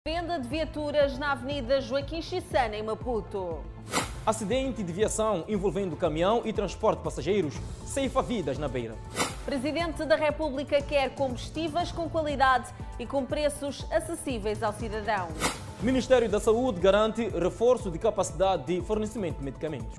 Venda de viaturas na Avenida Joaquim Chissano, em Maputo. Acidente de viação envolvendo caminhão e transporte de passageiros ceifa vidas na Beira. Presidente da República quer combustíveis com qualidade e com preços acessíveis ao cidadão. Ministério da Saúde garante reforço de capacidade de fornecimento de medicamentos.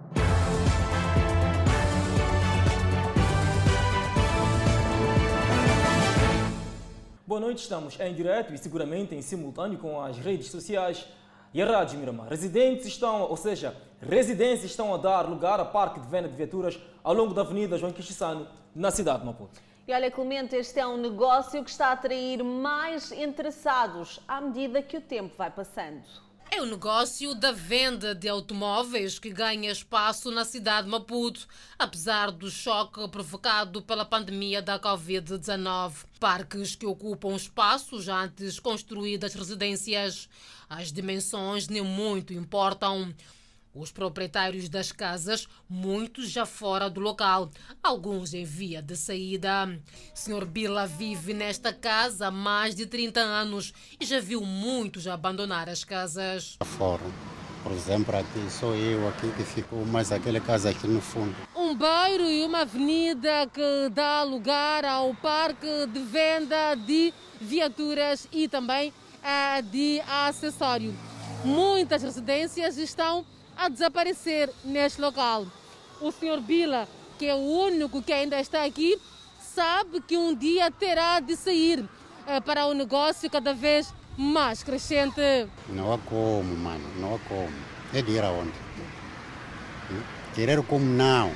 Boa noite, estamos em direto e seguramente em simultâneo com as redes sociais e a Rádio Miramar. Residências estão a dar lugar a parque de venda de viaturas ao longo da Avenida Joaquim Chissano, na cidade de Maputo. E olha, Clemente, este é um negócio que está a atrair mais interessados à medida que o tempo vai passando. É o negócio da venda de automóveis que ganha espaço na cidade de Maputo, apesar do choque provocado pela pandemia da Covid-19. Parques que ocupam espaços antes construídas residências. As dimensões nem muito importam. Os proprietários das casas, muitos já fora do local, alguns em via de saída. Sr. Bila vive nesta casa há mais de 30 anos e já viu muitos abandonar as casas. Fora, por exemplo, aqui sou eu aqui que fico, mas aquela casa aqui no fundo. Um bairro e uma avenida que dá lugar ao parque de venda de viaturas e também de acessório. Muitas residências estão a desaparecer neste local. O Sr. Bila, que é o único que ainda está aqui, sabe que um dia terá de sair para um negócio cada vez mais crescente. Não há como, mano, não há como. É de ir aonde? Querer como não.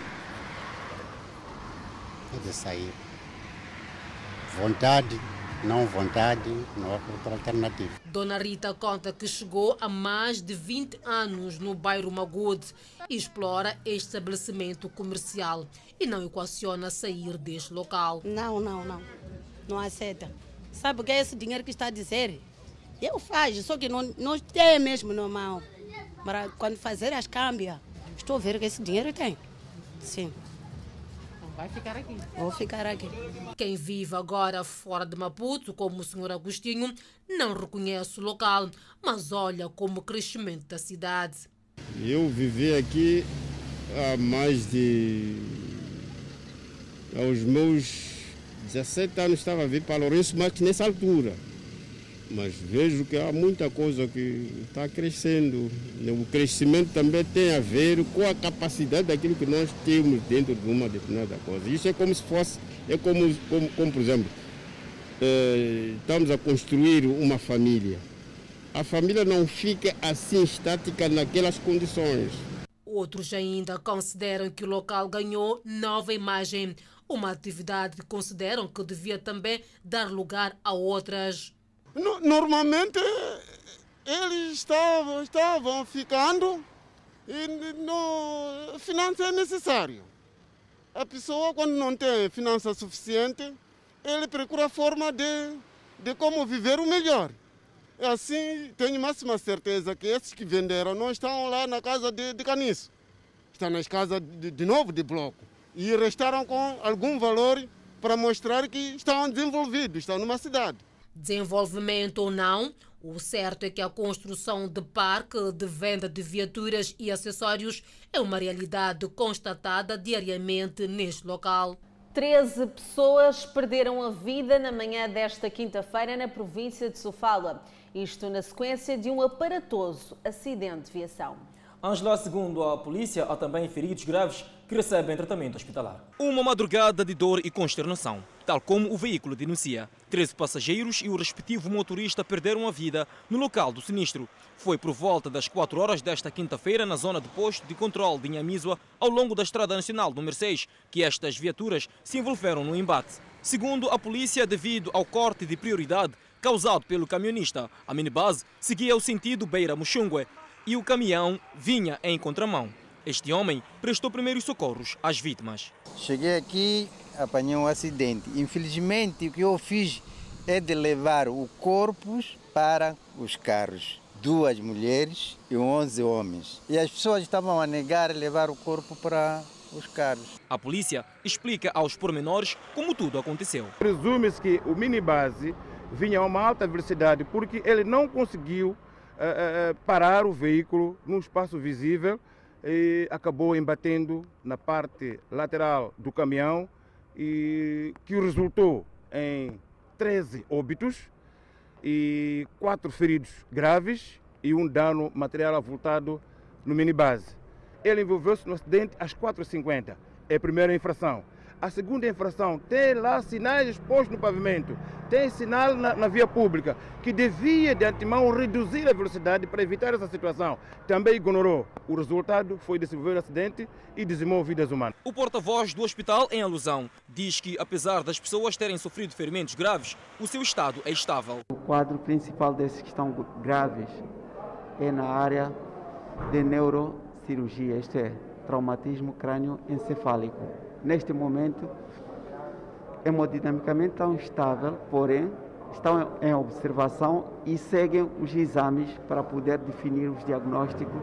É de sair. Vontade, não vontade, não há outra alternativa. Dona Rita conta que chegou há mais de 20 anos no bairro Magude e explora este estabelecimento comercial e não equaciona sair deste local. Não aceita. Sabe o que é esse dinheiro que está a dizer? Eu faço, só que não tem mesmo normal. Para quando fazer as câmbias, estou a ver que esse dinheiro tem. Sim. Vai ficar aqui. Vou ficar aqui. Quem vive agora fora de Maputo, como o Sr. Agostinho, não reconhece o local, mas olha como o crescimento da cidade. Eu vivi aqui há mais de... aos meus 17 anos estava a vir para Lourenço, mas nessa altura. Mas vejo que há muita coisa que está crescendo. O crescimento também tem a ver com a capacidade daquilo que nós temos dentro de uma determinada coisa. Isso é como se fosse, como por exemplo, estamos a construir uma família. A família não fica assim estática naquelas condições. Outros ainda consideram que o local ganhou nova imagem, uma atividade que consideram que devia também dar lugar a outras. Normalmente eles estavam ficando e no finança é necessário. A pessoa, quando não tem finança suficiente, ele procura a forma de como viver o melhor. Assim, tenho máxima certeza que esses que venderam não estão lá na casa de caniço. Estão nas casas de novo de bloco. E restaram com algum valor para mostrar que estão desenvolvidos, estão numa cidade. Desenvolvimento ou não, o certo é que a construção de parque de venda de viaturas e acessórios é uma realidade constatada diariamente neste local. 13 pessoas perderam a vida na manhã desta quinta-feira na província de Sofala. Isto na sequência de um aparatoso acidente de viação. Ângela, segundo a polícia, há também feridos graves que recebem tratamento hospitalar. Uma madrugada de dor e consternação, tal como o veículo denuncia. 13 passageiros e o respectivo motorista perderam a vida no local do sinistro. Foi por volta das 4 horas desta quinta-feira na zona de posto de controle de Inhamizua, ao longo da Estrada Nacional número 6, que estas viaturas se envolveram no embate. Segundo a polícia, devido ao corte de prioridade causado pelo camionista, a minibus seguia o sentido Beira-Muxungue e o caminhão vinha em contramão. Este homem prestou primeiros socorros às vítimas. Cheguei aqui, apanhei um acidente. Infelizmente, o que eu fiz é de levar o corpo para os carros. 2 mulheres e 11 homens. E as pessoas estavam a negar levar o corpo para os carros. A polícia explica aos pormenores como tudo aconteceu. Presume-se que o minibus vinha a uma alta velocidade porque ele não conseguiu parar o veículo num espaço visível e acabou embatendo na parte lateral do caminhão, e que resultou em 13 óbitos e 4 feridos graves e um dano material avultado no minibase. Ele envolveu-se no acidente às 4h50. É a primeira infração. A segunda infração, tem lá sinais expostos no pavimento, tem sinal na via pública, que devia de antemão reduzir a velocidade para evitar essa situação. Também ignorou. O resultado foi desenvolver o acidente e dizimou vidas humanas. O porta-voz do hospital, em alusão, diz que, apesar das pessoas terem sofrido ferimentos graves, o seu estado é estável. O quadro principal desses que estão graves é na área de neurocirurgia, isto é, traumatismo crânioencefálico. Neste momento, hemodinamicamente estão estável, porém estão em observação e seguem os exames para poder definir os diagnósticos,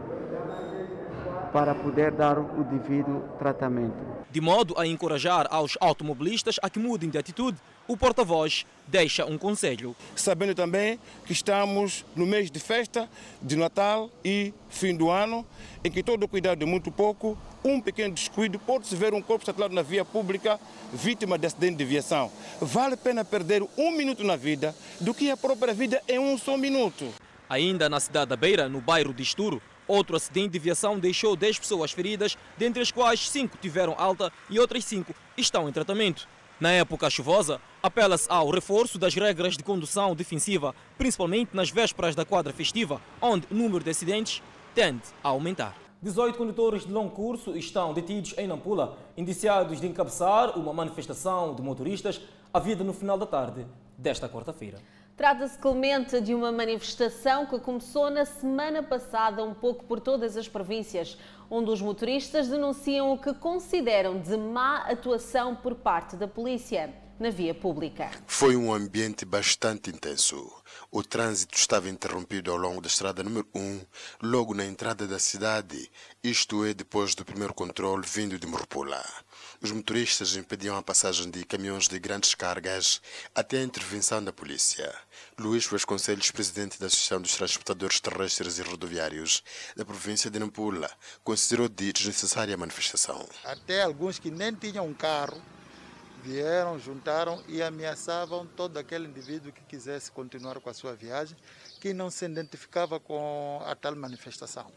para poder dar o devido tratamento. De modo a encorajar aos automobilistas a que mudem de atitude, o porta-voz deixa um conselho. Sabendo também que estamos no mês de festa, de Natal e fim do ano, em que todo cuidado é muito pouco, um pequeno descuido pode-se ver um corpo estatelado na via pública vítima de acidente de viação. Vale a pena perder 1 minuto na vida do que a própria vida em um só minuto. Ainda na cidade da Beira, no bairro de Esturo, outro acidente de viação deixou 10 pessoas feridas, dentre as quais 5 tiveram alta e outras 5 estão em tratamento. Na época chuvosa, apela-se ao reforço das regras de condução defensiva, principalmente nas vésperas da quadra festiva, onde o número de acidentes tende a aumentar. 18 condutores de longo curso estão detidos em Nampula, indiciados de encabeçar uma manifestação de motoristas havida no final da tarde desta quarta-feira. Trata-se, Clemente, de uma manifestação que começou na semana passada, um pouco por todas as províncias, onde os motoristas denunciam o que consideram de má atuação por parte da polícia na via pública. Foi um ambiente bastante intenso. O trânsito estava interrompido ao longo da estrada número 1, logo na entrada da cidade, isto é, depois do primeiro controle vindo de Morpula. Os motoristas impediam a passagem de caminhões de grandes cargas até a intervenção da polícia. Luís Vasconcelos, presidente da Associação dos Transportadores Terrestres e Rodoviários da província de Nampula, considerou desnecessária a manifestação. Até alguns que nem tinham um carro vieram, juntaram e ameaçavam todo aquele indivíduo que quisesse continuar com a sua viagem, que não se identificava com a tal manifestação.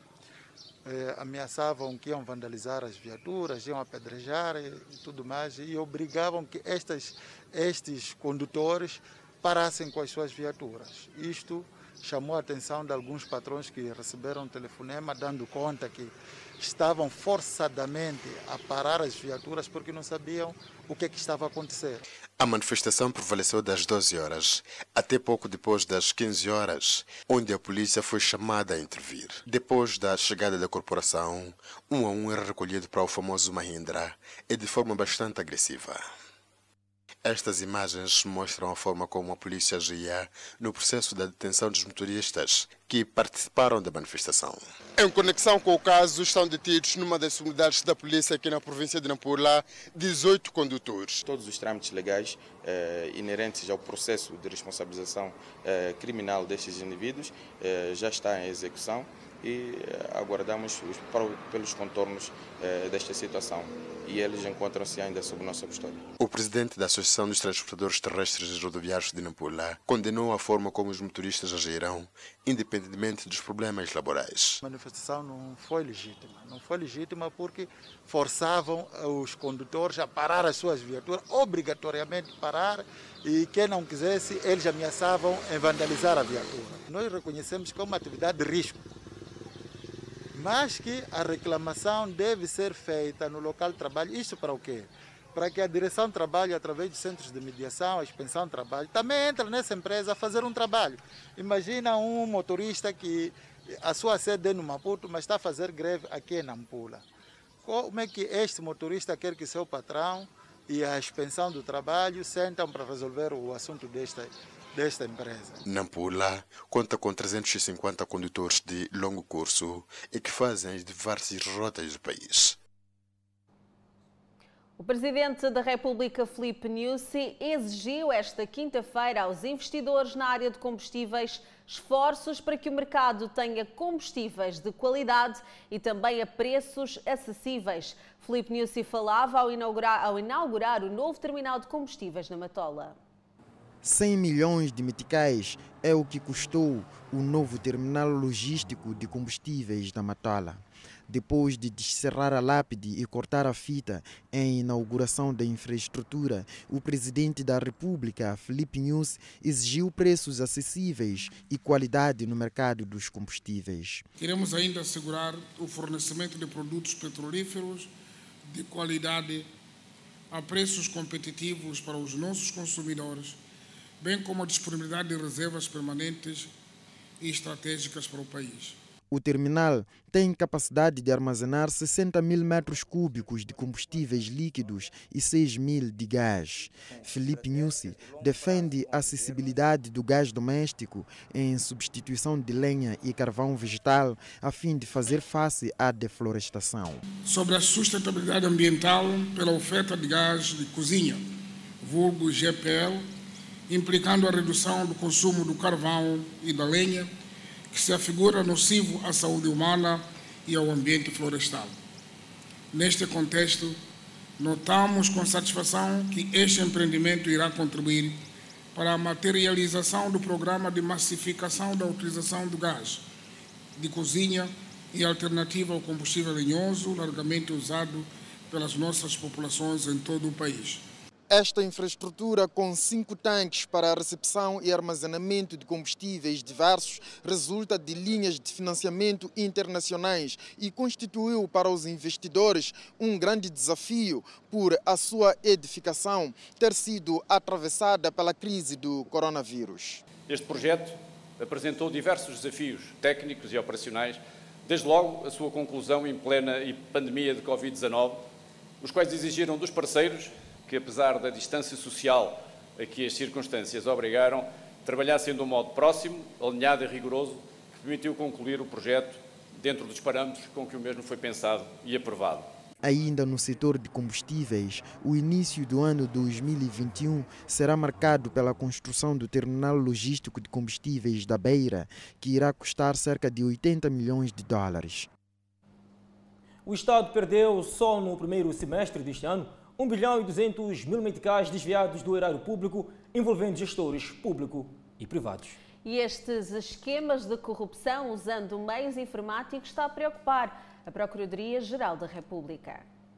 Ameaçavam que iam vandalizar as viaturas, iam apedrejar e tudo mais, e obrigavam que estes condutores parassem com as suas viaturas. Isto chamou a atenção de alguns patrões que receberam um telefonema dando conta que estavam forçadamente a parar as viaturas porque não sabiam o que estava a acontecer. A manifestação prevaleceu das 12 horas até pouco depois das 15 horas, onde a polícia foi chamada a intervir. Depois da chegada da corporação, um a um era recolhido para o famoso Mahindra e de forma bastante agressiva. Estas imagens mostram a forma como a polícia agia no processo da detenção dos motoristas que participaram da manifestação. Em conexão com o caso, estão detidos numa das unidades da polícia aqui na província de Nampula 18 condutores. Todos os trâmites legais inerentes ao processo de responsabilização criminal destes indivíduos já está em execução e aguardamos pelos contornos desta situação e eles encontram-se ainda sob nossa custódia. O presidente da Associação dos Transportadores Terrestres e Rodoviários de Nampula condenou a forma como os motoristas agirão, independentemente dos problemas laborais. A manifestação não foi legítima. Não foi legítima porque forçavam os condutores a parar as suas viaturas, obrigatoriamente parar, e quem não quisesse, eles ameaçavam em vandalizar a viatura. Nós reconhecemos que é uma atividade de risco, mas que a reclamação deve ser feita no local de trabalho. Isso para o quê? Para que a direção de trabalho, através dos centros de mediação, a inspeção de trabalho, também entre nessa empresa a fazer um trabalho. Imagina um motorista que a sua sede é no Maputo, mas está a fazer greve aqui em Nampula. Como é que este motorista quer que seu patrão e a inspeção do trabalho sentam para resolver o assunto desta empresa? Nampula conta com 350 condutores de longo curso e que fazem as diversas rotas do país. O O Presidente da República, Filipe Nyusi, exigiu esta quinta-feira aos investidores na área de combustíveis esforços para que o mercado tenha combustíveis de qualidade e também a preços acessíveis. Filipe Nyusi falava ao inaugurar o novo terminal de combustíveis na Matola. 100 milhões de meticais é o que custou o novo terminal logístico de combustíveis da Matola. Depois de descerrar a lápide e cortar a fita em inauguração da infraestrutura, o Presidente da República, Filipe Nyusi, exigiu preços acessíveis e qualidade no mercado dos combustíveis. Queremos ainda assegurar o fornecimento de produtos petrolíferos de qualidade a preços competitivos para os nossos consumidores, bem como a disponibilidade de reservas permanentes e estratégicas para o país. O terminal tem capacidade de armazenar 60 mil metros cúbicos de combustíveis líquidos e 6 mil de gás. Filipe Nyusi defende a acessibilidade do gás doméstico em substituição de lenha e carvão vegetal, a fim de fazer face à deflorestação. Sobre a sustentabilidade ambiental pela oferta de gás de cozinha, vulgo GPL, implicando a redução do consumo do carvão e da lenha, que se afigura nocivo à saúde humana e ao ambiente florestal. Neste contexto, notamos com satisfação que este empreendimento irá contribuir para a materialização do programa de massificação da utilização do gás de cozinha e alternativa ao combustível lenhoso, largamente usado pelas nossas populações em todo o país. Esta infraestrutura, com 5 tanques para a recepção e armazenamento de combustíveis diversos, resulta de linhas de financiamento internacionais e constituiu para os investidores um grande desafio por a sua edificação ter sido atravessada pela crise do coronavírus. Este projeto apresentou diversos desafios técnicos e operacionais, desde logo a sua conclusão em plena pandemia de Covid-19, os quais exigiram dos parceiros que, apesar da distância social a que as circunstâncias obrigaram, trabalhassem de um modo próximo, alinhado e rigoroso, que permitiu concluir o projeto dentro dos parâmetros com que o mesmo foi pensado e aprovado. Ainda no setor de combustíveis, o início do ano 2021 será marcado pela construção do terminal logístico de combustíveis da Beira, que irá custar cerca de 80 milhões de dólares. O Estado perdeu só no primeiro semestre deste ano 1 bilhão e 200 mil meticais desviados do erário público, envolvendo gestores público e privados. E estes esquemas de corrupção usando meios informáticos está a preocupar a Procuradoria-Geral da República.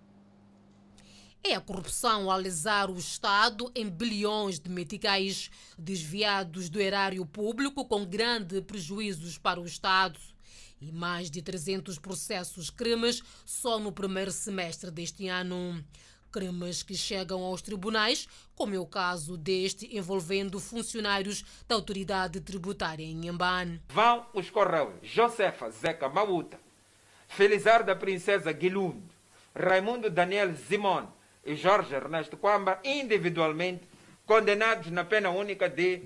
É a corrupção a alisar o Estado em bilhões de meticais desviados do erário público, com grandes prejuízos para o Estado. E mais de 300 processos crimes só no primeiro semestre deste ano. Crimes que chegam aos tribunais, como é o caso deste envolvendo funcionários da autoridade tributária em Inhambane. Vão os Correios Josefa Zeca Mauta, Felizardo da Princesa Guilherme, Raimundo Daniel Zimon e Jorge Ernesto Quamba, individualmente condenados na pena única de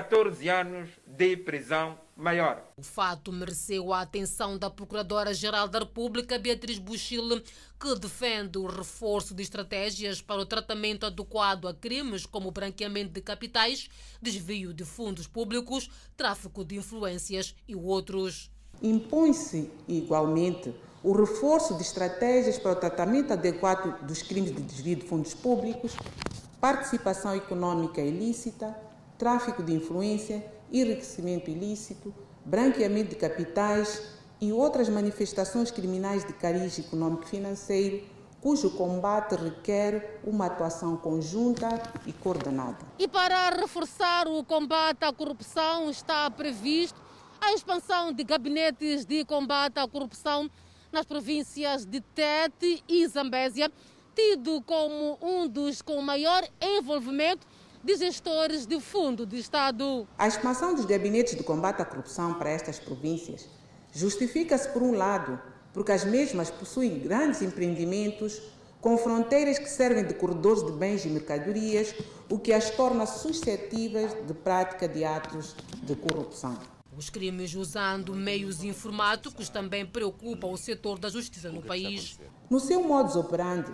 14 anos de prisão maior. O fato mereceu a atenção da Procuradora-Geral da República, Beatriz Buchile, que defende o reforço de estratégias para o tratamento adequado a crimes como branqueamento de capitais, desvio de fundos públicos, tráfico de influências e outros. Impõe-se, igualmente, o reforço de estratégias para o tratamento adequado dos crimes de desvio de fundos públicos, participação econômica ilícita, tráfico de influência, enriquecimento ilícito, branqueamento de capitais e outras manifestações criminais de cariz econômico-financeiro, cujo combate requer uma atuação conjunta e coordenada. E para reforçar o combate à corrupção, está previsto a expansão de gabinetes de combate à corrupção nas províncias de Tete e Zambésia, tido como um dos com maior envolvimento de gestores de fundo de Estado. A expansão dos gabinetes de combate à corrupção para estas províncias justifica-se, por um lado, porque as mesmas possuem grandes empreendimentos com fronteiras que servem de corredores de bens e mercadorias, o que as torna suscetíveis de prática de atos de corrupção. Os crimes usando meios informáticos também preocupam o setor da justiça no país. No seu modus operandi,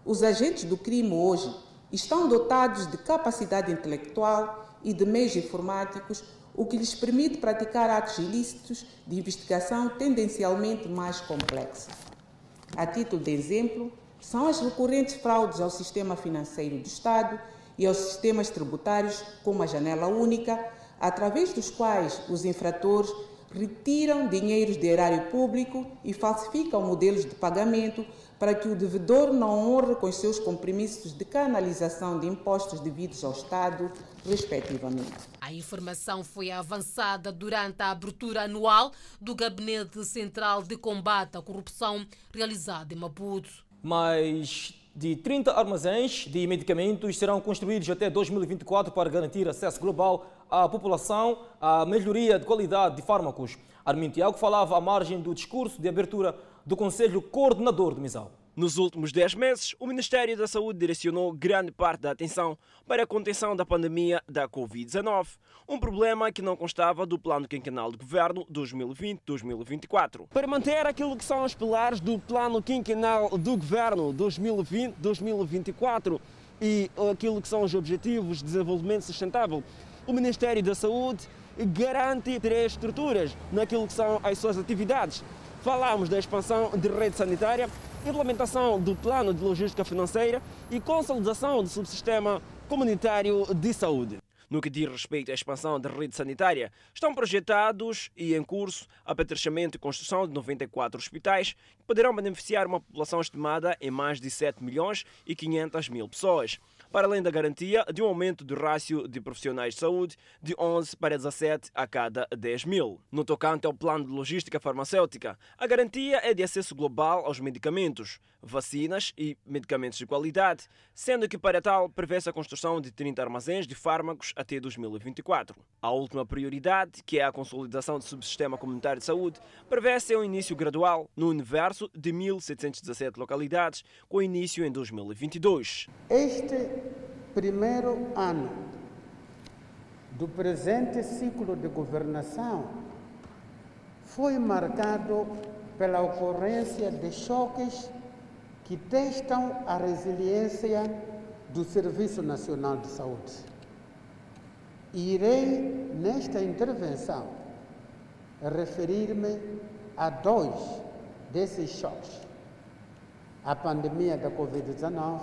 Os agentes do crime hoje estão dotados de capacidade intelectual e de meios informáticos, o que lhes permite praticar atos ilícitos de investigação tendencialmente mais complexos. A título de exemplo, são as recorrentes fraudes ao sistema financeiro do Estado e aos sistemas tributários, como a janela única, através dos quais os infratores retiram dinheiros do erário público e falsificam modelos de pagamento para que o devedor não honre com os seus compromissos de canalização de impostos devidos ao Estado, respectivamente. A informação foi avançada durante a abertura anual do Gabinete Central de Combate à Corrupção, realizada em Maputo. Mais de 30 armazéns de medicamentos serão construídos até 2024 para garantir acesso global à população, à melhoria de qualidade de fármacos. Armindo Tiago falava à margem do discurso de abertura do Conselho Coordenador de Misau. Nos últimos 10 meses, o Ministério da Saúde direcionou grande parte da atenção para a contenção da pandemia da Covid-19, um problema que não constava do Plano Quinquenal de Governo 2020-2024. Para manter aquilo que são os pilares do Plano Quinquenal do Governo 2020-2024 e aquilo que são os Objetivos de Desenvolvimento Sustentável, o Ministério da Saúde garante 3 estruturas naquilo que são as suas atividades. Falamos da expansão de rede sanitária, implementação do plano de logística financeira e consolidação do subsistema comunitário de saúde. No que diz respeito à expansão da rede sanitária, estão projetados e em curso apetrechamento e construção de 94 hospitais que poderão beneficiar uma população estimada em mais de 7 milhões e 500 mil pessoas, para além da garantia de um aumento do rácio de profissionais de saúde de 11 para 17 a cada 10 mil. No tocante ao plano de logística farmacêutica, a garantia é de acesso global aos medicamentos, vacinas e medicamentos de qualidade, sendo que para tal prevê-se a construção de 30 armazéns de fármacos até 2024. A última prioridade, que é a consolidação do subsistema comunitário de saúde, prevê-se um início gradual no universo de 1.717 localidades, com início em 2022. Este primeiro ano do presente ciclo de governação foi marcado pela ocorrência de choques que testam a resiliência do Serviço Nacional de Saúde. Irei, nesta intervenção, referir-me a 2 desses choques: a pandemia da Covid-19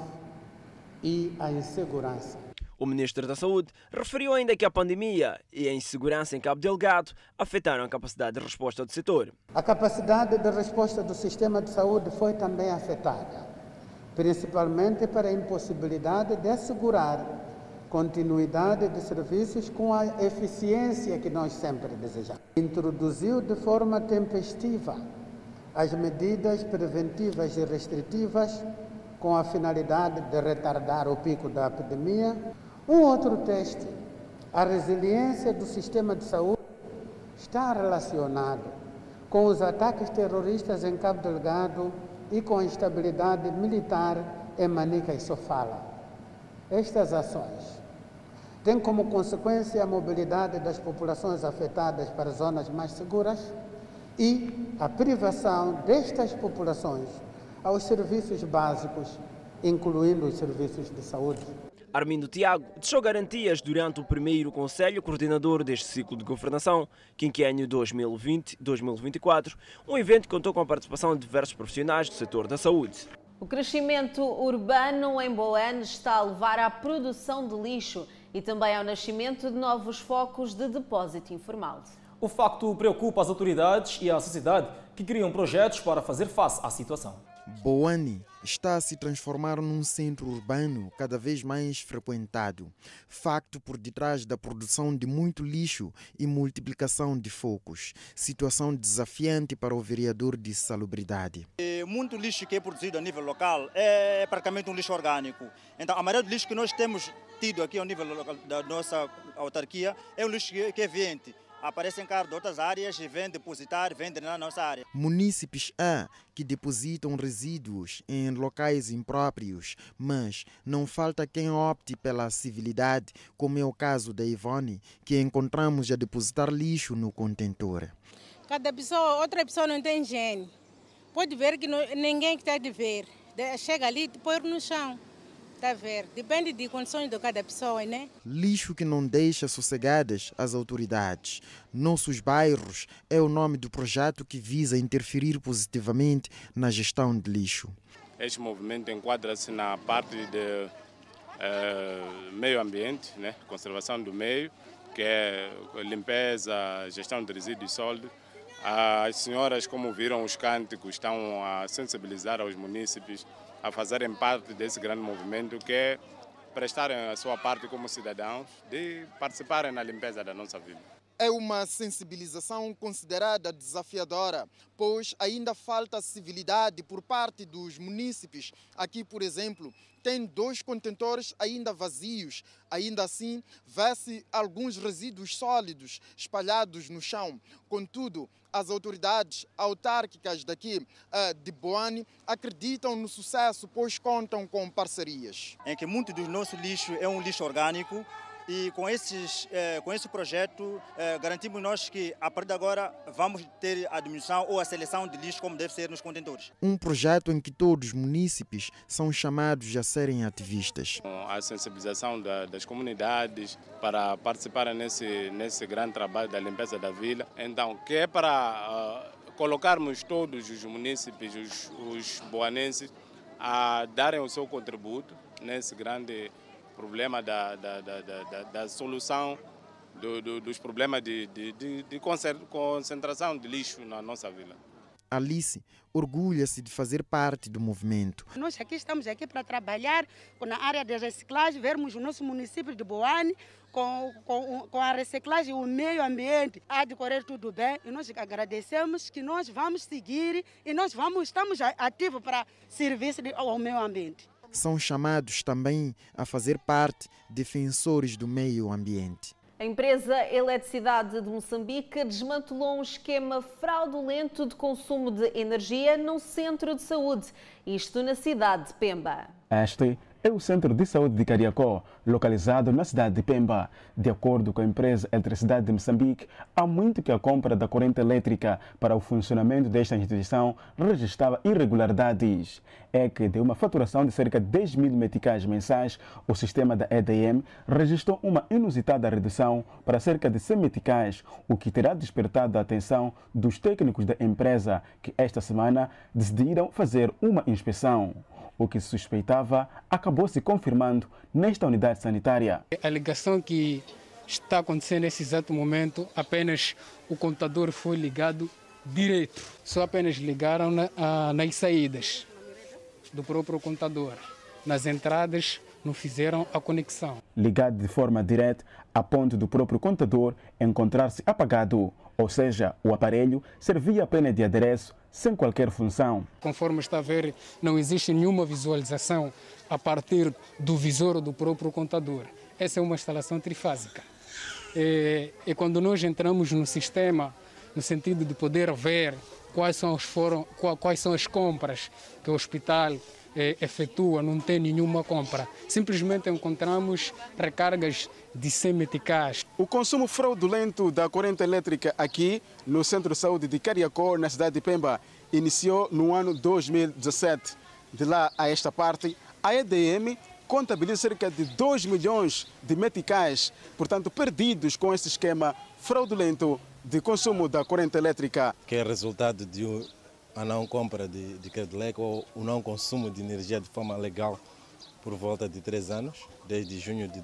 e a insegurança. O Ministro da Saúde referiu ainda que a pandemia e a insegurança em Cabo Delgado afetaram a capacidade de resposta do setor. A capacidade de resposta do sistema de saúde foi também afetada, principalmente para a impossibilidade de assegurar continuidade de serviços com a eficiência que nós sempre desejamos. Introduziu de forma tempestiva as medidas preventivas e restritivas com a finalidade de retardar o pico da epidemia. Um outro teste, a resiliência do sistema de saúde, está relacionado com os ataques terroristas em Cabo Delgado e com a instabilidade militar em Manica e Sofala. Estas ações têm como consequência a mobilidade das populações afetadas para zonas mais seguras e a privação destas populações aos serviços básicos, incluindo os serviços de saúde. Armindo Tiago deixou garantias durante o primeiro Conselho Coordenador deste ciclo de governação, quinquênio 2020-2024, um evento que contou com a participação de diversos profissionais do setor da saúde. O crescimento urbano em Boane está a levar à produção de lixo e também ao nascimento de novos focos de depósito informal. O facto preocupa as autoridades e a sociedade que criam projetos para fazer face à situação. Boane está a se transformar num centro urbano cada vez mais frequentado, facto por detrás da produção de muito lixo e multiplicação de focos, situação desafiante para o vereador de salubridade. Muito lixo que é produzido a nível local é praticamente um lixo orgânico. Então, a maioria do lixo que nós temos tido aqui ao nível da nossa autarquia é um lixo que é viente. Aparecem carros de outras áreas e vêm depositar, vendem na nossa área. Munícipes há que depositam resíduos em locais impróprios, mas não falta quem opte pela civilidade, como é o caso da Ivone, que encontramos a depositar lixo no contentor. Cada pessoa, outra pessoa não tem higiene. Pode ver que ninguém está de ver. chega ali e põe no chão. Está a ver? Depende de condições de cada pessoa, né? Lixo que não deixa sossegadas as autoridades. Nossos Bairros é o nome do projeto que visa interferir positivamente na gestão de lixo. Este movimento enquadra-se na parte de meio ambiente, né? Conservação do meio, que é limpeza, gestão de resíduos sólidos. As senhoras, como viram os cânticos, estão a sensibilizar aos munícipes a fazerem parte desse grande movimento, que é prestarem a sua parte como cidadãos, de participarem na limpeza da nossa vila. É uma sensibilização considerada desafiadora, pois ainda falta civilidade por parte dos munícipes. Aqui, por exemplo, tem 2 contentores ainda vazios. Ainda assim, vê-se alguns resíduos sólidos espalhados no chão. Contudo, as autoridades autárquicas daqui de Boane acreditam no sucesso, pois contam com parcerias. Em que muito do nosso lixo é um lixo orgânico. E com esse projeto, garantimos nós que, a partir de agora, vamos ter a diminuição ou a seleção de lixo como deve ser nos contentores. Um projeto em que todos os munícipes são chamados a serem ativistas. A sensibilização das comunidades para participarem nesse grande trabalho da limpeza da vila. Então, que é para colocarmos todos os munícipes, os boanenses, a darem o seu contributo nesse grande problema da solução dos problemas de concentração de lixo na nossa vila. Alice orgulha-se de fazer parte do movimento. Nós estamos aqui para trabalhar na área de reciclagem, vermos o nosso município de Boane com a reciclagem, o meio ambiente, há de correr tudo bem. E nós agradecemos que nós vamos seguir e nós estamos ativos para serviço ao meio ambiente. São chamados também a fazer parte defensores do meio ambiente. A empresa Eletricidade de Moçambique desmantelou um esquema fraudulento de consumo de energia num centro de saúde, isto na cidade de Pemba. Este é o Centro de Saúde de Cariacó, localizado na cidade de Pemba. De acordo com a empresa Eletricidade de Moçambique, há muito que a compra da corrente elétrica para o funcionamento desta instituição registrava irregularidades. É que de uma faturação de cerca de 10 mil meticais mensais, o sistema da EDM registrou uma inusitada redução para cerca de 100 meticais, o que terá despertado a atenção dos técnicos da empresa, que esta semana decidiram fazer uma inspeção. O que se suspeitava acabou se confirmando nesta unidade sanitária. A alegação que está acontecendo nesse exato momento, apenas o computador foi ligado direto. Só apenas ligaram nas saídas do próprio computador. Nas entradas não fizeram a conexão. Ligado de forma direta a ponto do próprio computador encontrar-se apagado. Ou seja, o aparelho servia apenas de adereço sem qualquer função. Conforme está a ver, não existe nenhuma visualização a partir do visor do próprio computador. Essa é uma instalação trifásica. E quando nós entramos no sistema, no sentido de poder ver quais são as compras que o hospital efetua, não tem nenhuma compra. Simplesmente encontramos recargas de 100 meticais. O consumo fraudulento da corrente elétrica aqui no Centro de Saúde de Cariacó, na cidade de Pemba, iniciou no ano 2017. De lá a esta parte, a EDM contabiliza cerca de 2 milhões de meticais, portanto, perdidos com esse esquema fraudulento de consumo da corrente elétrica. Que é resultado de a não compra de crédito ou o não consumo de energia de forma legal por volta de 3 anos, desde junho de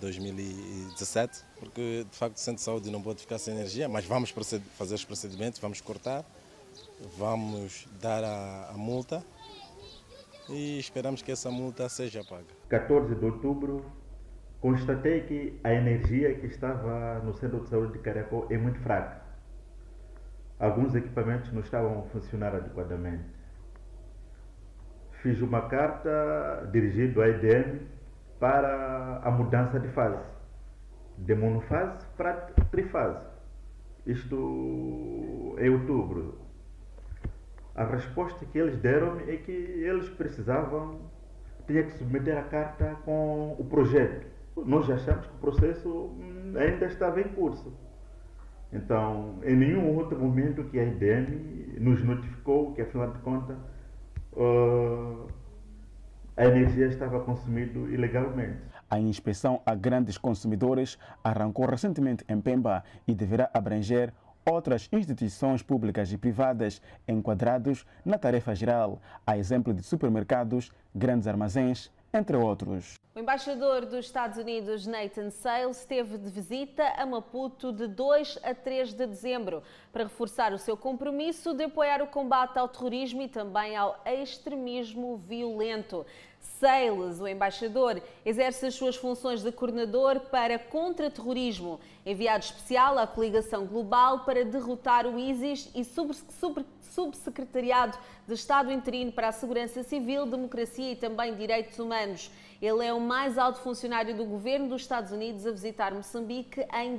2017, porque de facto o Centro de Saúde não pode ficar sem energia, mas vamos fazer os procedimentos, vamos cortar, vamos dar a multa e esperamos que essa multa seja paga. 14 de outubro, constatei que a energia que estava no Centro de Saúde de Cariacó é muito fraca. Alguns equipamentos não estavam a funcionar adequadamente. Fiz uma carta dirigida à EDM para a mudança de fase, de monofase para trifase. Isto em outubro. A resposta que eles deram é que eles tinha que submeter a carta com o projeto. Nós achamos que o processo ainda estava em curso. Então, em nenhum outro momento que a EDM nos notificou que, afinal de contas, a energia estava consumida ilegalmente. A inspeção a grandes consumidores arrancou recentemente em Pemba e deverá abranger outras instituições públicas e privadas enquadrados na tarefa geral, a exemplo de supermercados, grandes armazéns, entre outros. O embaixador dos Estados Unidos, Nathan Sales, esteve de visita a Maputo de 2 a 3 de dezembro para reforçar o seu compromisso de apoiar o combate ao terrorismo e também ao extremismo violento. Sales, o embaixador, exerce as suas funções de coordenador para contra-terrorismo, enviado especial à coligação global para derrotar o ISIS e subsecretariado de Estado interino para a Segurança Civil, Democracia e também Direitos Humanos. Ele é o mais alto funcionário do governo dos Estados Unidos a visitar Moçambique em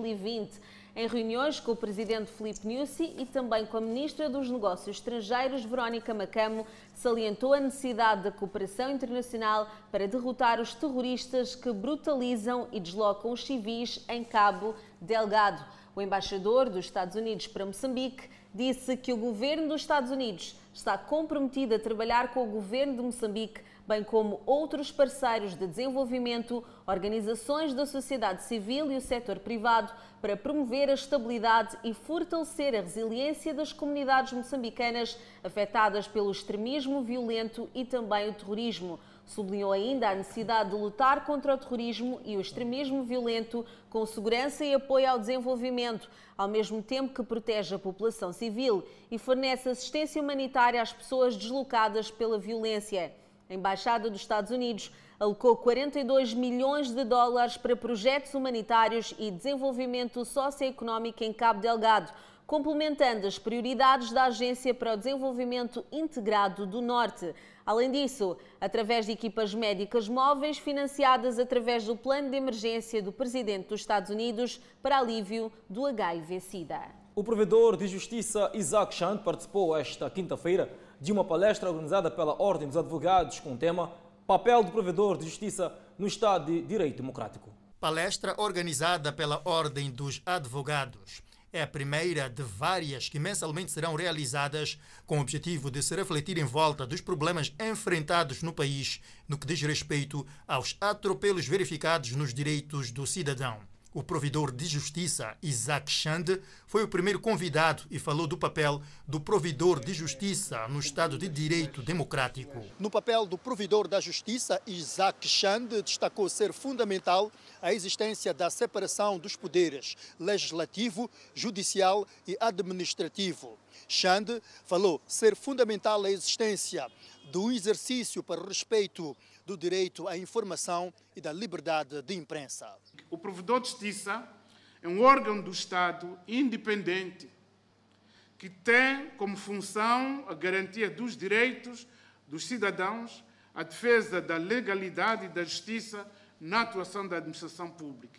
2020. Em reuniões com o presidente Filipe Nyusi e também com a ministra dos Negócios Estrangeiros, Verónica Macamo, salientou a necessidade da cooperação internacional para derrotar os terroristas que brutalizam e deslocam os civis em Cabo Delgado. O embaixador dos Estados Unidos para Moçambique disse que o governo dos Estados Unidos está comprometido a trabalhar com o governo de Moçambique, bem como outros parceiros de desenvolvimento, organizações da sociedade civil e o setor privado, para promover a estabilidade e fortalecer a resiliência das comunidades moçambicanas afetadas pelo extremismo violento e também o terrorismo. Sublinhou ainda a necessidade de lutar contra o terrorismo e o extremismo violento com segurança e apoio ao desenvolvimento, ao mesmo tempo que protege a população civil e fornece assistência humanitária às pessoas deslocadas pela violência. A Embaixada dos Estados Unidos alocou 42 milhões de dólares para projetos humanitários e desenvolvimento socioeconómico em Cabo Delgado, complementando as prioridades da Agência para o Desenvolvimento Integrado do Norte. Além disso, através de equipas médicas móveis financiadas através do Plano de Emergência do Presidente dos Estados Unidos para alívio do HIV-Sida. O provedor de justiça Isaac Chand participou esta quinta-feira de uma palestra organizada pela Ordem dos Advogados com o tema Papel do provedor de justiça no Estado de Direito Democrático. Palestra organizada pela Ordem dos Advogados. É a primeira de várias que mensalmente serão realizadas com o objetivo de se refletir em volta dos problemas enfrentados no país no que diz respeito aos atropelos verificados nos direitos do cidadão. O provedor de justiça, Isaac Chand, foi o primeiro convidado e falou do papel do provedor de justiça no Estado de Direito Democrático. No papel do provedor da justiça, Isaac Chand destacou ser fundamental a existência da separação dos poderes legislativo, judicial e administrativo. Chand falou ser fundamental a existência do exercício para o respeito do direito à informação e da liberdade de imprensa. O provedor de justiça é um órgão do Estado independente que tem como função a garantia dos direitos dos cidadãos, a defesa da legalidade e da justiça na atuação da administração pública.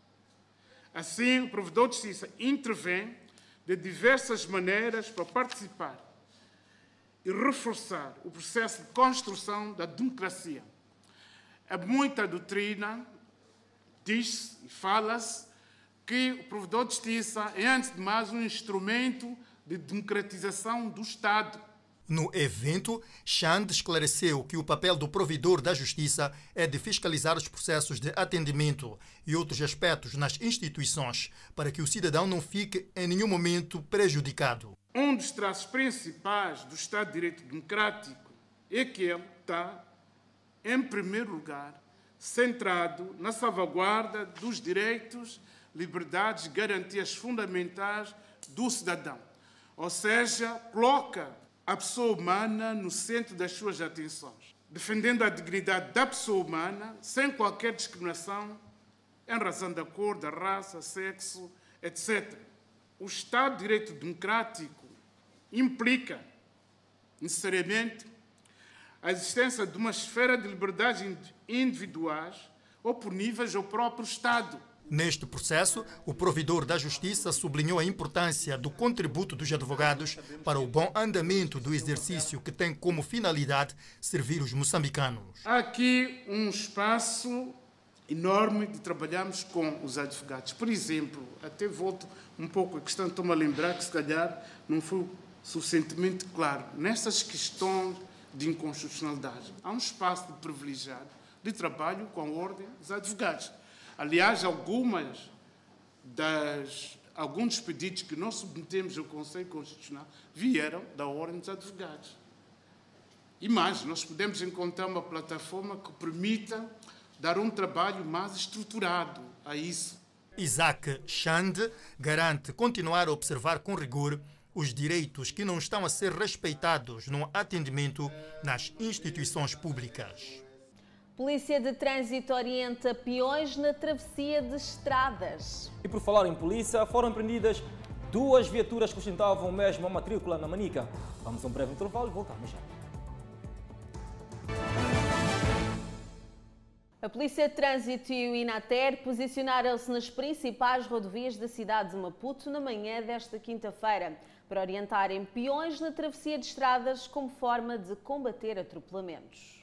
Assim, o provedor de justiça intervém de diversas maneiras para participar e reforçar o processo de construção da democracia. Há muita doutrina, diz-se e fala-se que o provedor de justiça é, antes de mais, um instrumento de democratização do Estado. No evento, Chand esclareceu que o papel do provedor da justiça é de fiscalizar os processos de atendimento e outros aspectos nas instituições, para que o cidadão não fique em nenhum momento prejudicado. Um dos traços principais do Estado de Direito Democrático é que ele está, em primeiro lugar, centrado na salvaguarda dos direitos, liberdades e garantias fundamentais do cidadão. Ou seja, coloca a pessoa humana no centro das suas atenções, defendendo a dignidade da pessoa humana sem qualquer discriminação em razão da cor, da raça, sexo, etc. O Estado de Direito Democrático implica, necessariamente, a existência de uma esfera de liberdades individuais oponíveis ao próprio Estado. Neste processo, o provedor da justiça sublinhou a importância do contributo dos advogados para o bom andamento do exercício que tem como finalidade servir os moçambicanos. Há aqui um espaço enorme de trabalharmos com os advogados. Por exemplo, até volto um pouco à questão, estou-me a lembrar que se calhar não foi suficientemente claro. Nessas questões de inconstitucionalidade. Há um espaço privilegiado de trabalho com a Ordem dos Advogados. Aliás, alguns dos pedidos que nós submetemos ao Conselho Constitucional vieram da Ordem dos Advogados. E mais, nós podemos encontrar uma plataforma que permita dar um trabalho mais estruturado a isso. Isaac Xande garante continuar a observar com rigor os direitos que não estão a ser respeitados no atendimento nas instituições públicas. Polícia de Trânsito orienta peões na travessia de estradas. E por falar em polícia, foram apreendidas 2 viaturas que ostentavam mesmo a matrícula na Manica. Vamos a um breve intervalo e voltamos já. A Polícia de Trânsito e o INATER posicionaram-se nas principais rodovias da cidade de Maputo na manhã desta quinta-feira para orientarem peões na travessia de estradas como forma de combater atropelamentos.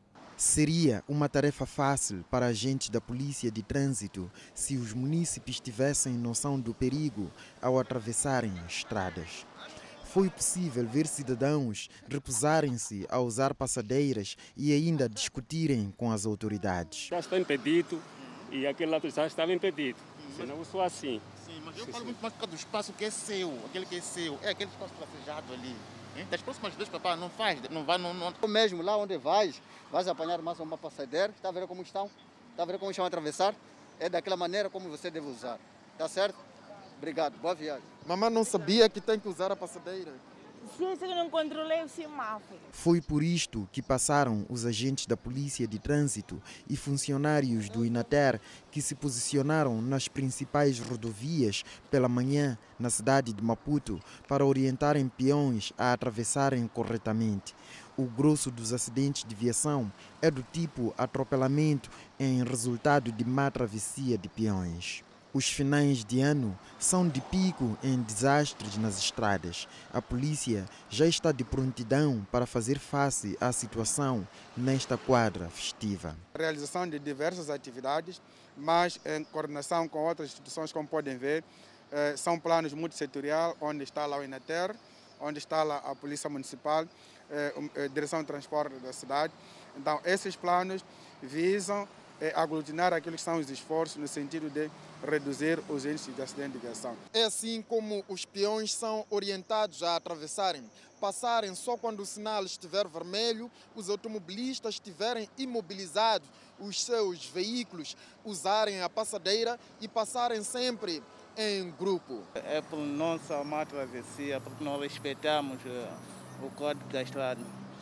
Seria uma tarefa fácil para agentes da Polícia de Trânsito se os munícipes tivessem noção do perigo ao atravessarem estradas. Foi possível ver cidadãos recusarem-se a usar passadeiras e ainda discutirem com as autoridades. Já está impedido e aquele lado já estava impedido. Senão eu sou assim. Sim, mas eu falo muito mais do espaço que é seu, aquele que é seu, é aquele espaço trafejado ali. Das próximas vezes, papai, não faz, não vai, não. Mesmo lá onde vais apanhar mais uma passadeira, está a ver como estão? Está a ver como estão a atravessar? É daquela maneira como você deve usar, está certo? Obrigado, boa viagem. Mamãe não sabia que tem que usar a passadeira. Sim, eu não controlei o semáforo. Foi por isto que passaram os agentes da Polícia de Trânsito e funcionários do INATER que se posicionaram nas principais rodovias pela manhã na cidade de Maputo para orientarem peões a atravessarem corretamente. O grosso dos acidentes de viação é do tipo atropelamento em resultado de má travessia de peões. Os finais de ano são de pico em desastres nas estradas. A polícia já está de prontidão para fazer face à situação nesta quadra festiva. A realização de diversas atividades, mas em coordenação com outras instituições, como podem ver, são planos multissetorial, onde está lá o INATER, onde está lá a Polícia Municipal, a Direção de Transporte da cidade. Então, esses planos visam aglutinar aquilo que são os esforços no sentido de reduzir os índices de acidente de viação. É assim como os peões são orientados a atravessarem, passarem só quando o sinal estiver vermelho, os automobilistas estiverem imobilizados, os seus veículos usarem a passadeira e passarem sempre em grupo. É por nossa má travessia, porque nós respeitamos o código da estrada.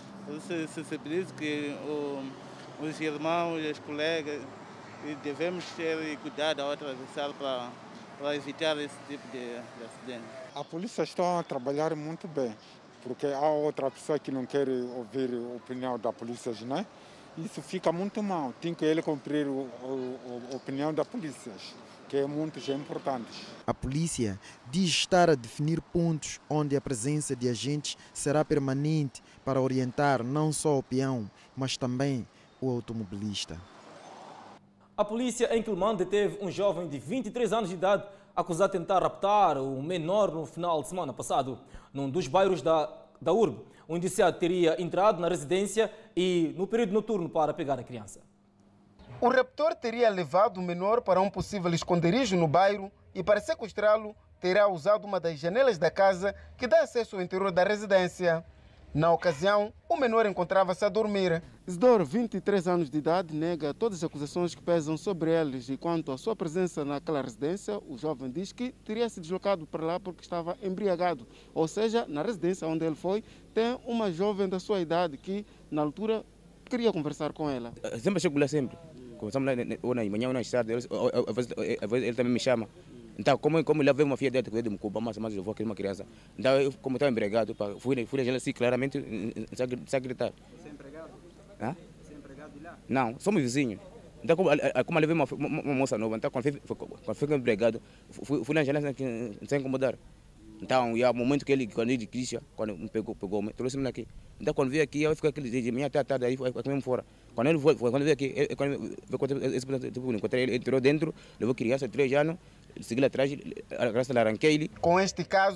Se diz que os irmãos, os colegas, devemos ter cuidado ao atravessar para evitar esse tipo de acidente. A polícia está a trabalhar muito bem, porque há outra pessoa que não quer ouvir a opinião da polícia, né? Isso fica muito mal. Tem que ele cumprir a opinião da polícia, que é muito importante. A polícia diz estar a definir pontos onde a presença de agentes será permanente para orientar não só o peão, mas também o automobilista. A polícia em Quilmã deteve um jovem de 23 anos de idade acusado de tentar raptar um menor no final de semana passado, num dos bairros da urbe. O indiciado teria entrado na residência e no período noturno para pegar a criança. O raptor teria levado o menor para um possível esconderijo no bairro e, para sequestrá-lo, terá usado uma das janelas da casa que dá acesso ao interior da residência. Na ocasião, o menor encontrava-se a dormir. Isidoro, 23 anos de idade, nega todas as acusações que pesam sobre eles e quanto à sua presença naquela residência, o jovem diz que teria se deslocado para lá porque estava embriagado. Ou seja, na residência onde ele foi, tem uma jovem da sua idade que, na altura, queria conversar com ela. Sempre chego lá sempre. Conversamos lá ou na manhã ou na tarde, ele também me chama. Então, como ele veio uma filha dele de Mucuba, mas eu vou querer uma criança. Então, eu, como estava empregado, fui na janela assim, claramente, sem gritar. Você é empregado? Hã? Você é empregado de lá? Não, somos vizinhos. Então, como ele veio uma moça nova, então, quando fui empregado, fui na janela sem incomodar. Então, e há um momento que quando ele quis, quando me pegou-me, trouxe-me aqui. Então, quando veio aqui, eu fiquei aquele de manhã até a tarde, aí foi mesmo fora. Quando ele veio aqui, encontrei ele, entrou dentro, levou criança de 3 anos, segui lá atrás, arranquei ele. Com este caso,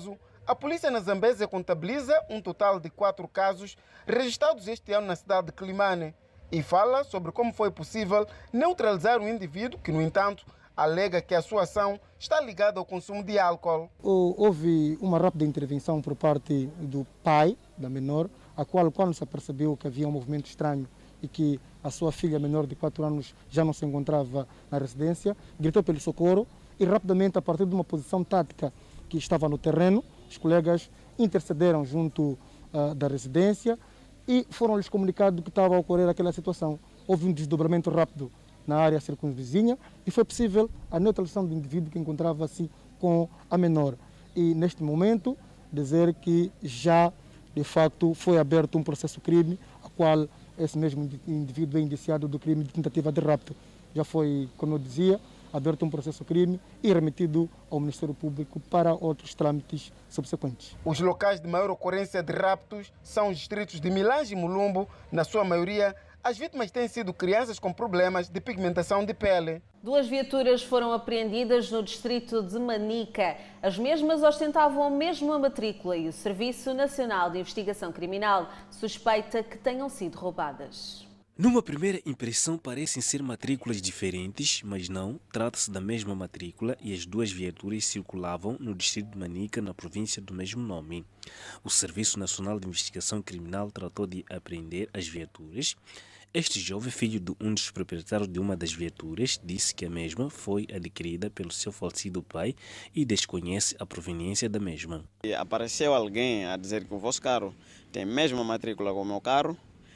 A polícia na Zambésia contabiliza um total de 4 casos registrados este ano na cidade de Climane e fala sobre como foi possível neutralizar um indivíduo que, no entanto, alega que a sua ação está ligada ao consumo de álcool. Houve uma rápida intervenção por parte do pai da menor, a qual, quando se apercebeu que havia um movimento estranho e que a sua filha menor de 4 anos já não se encontrava na residência, gritou pelo socorro e rapidamente, a partir de uma posição tática que estava no terreno, os colegas intercederam junto da residência e foram-lhes comunicados que estava a ocorrer aquela situação. Houve um desdobramento rápido na área circunvizinha e foi possível a neutralização do indivíduo que encontrava-se com a menor. E neste momento, dizer que já, de facto, foi aberto um processo crime, a qual esse mesmo indivíduo é indiciado do crime de tentativa de rapto. Já foi, como eu dizia, aberto um processo crime e remetido ao Ministério Público para outros trâmites subsequentes. Os locais de maior ocorrência de raptos são os distritos de Milange e Mulumbo. Na sua maioria, as vítimas têm sido crianças com problemas de pigmentação de pele. 2 viaturas foram apreendidas no distrito de Manica. As mesmas ostentavam a mesma matrícula e o Serviço Nacional de Investigação Criminal suspeita que tenham sido roubadas. Numa primeira impressão parecem ser matrículas diferentes, mas não, trata-se da mesma matrícula e as 2 viaturas circulavam no distrito de Manica, na província do mesmo nome. O Serviço Nacional de Investigação Criminal tratou de apreender as viaturas. Este jovem, filho de um dos proprietários de uma das viaturas, disse que a mesma foi adquirida pelo seu falecido pai e desconhece a proveniência da mesma. Apareceu alguém a dizer que o vosso carro tem a mesma matrícula com o meu carro,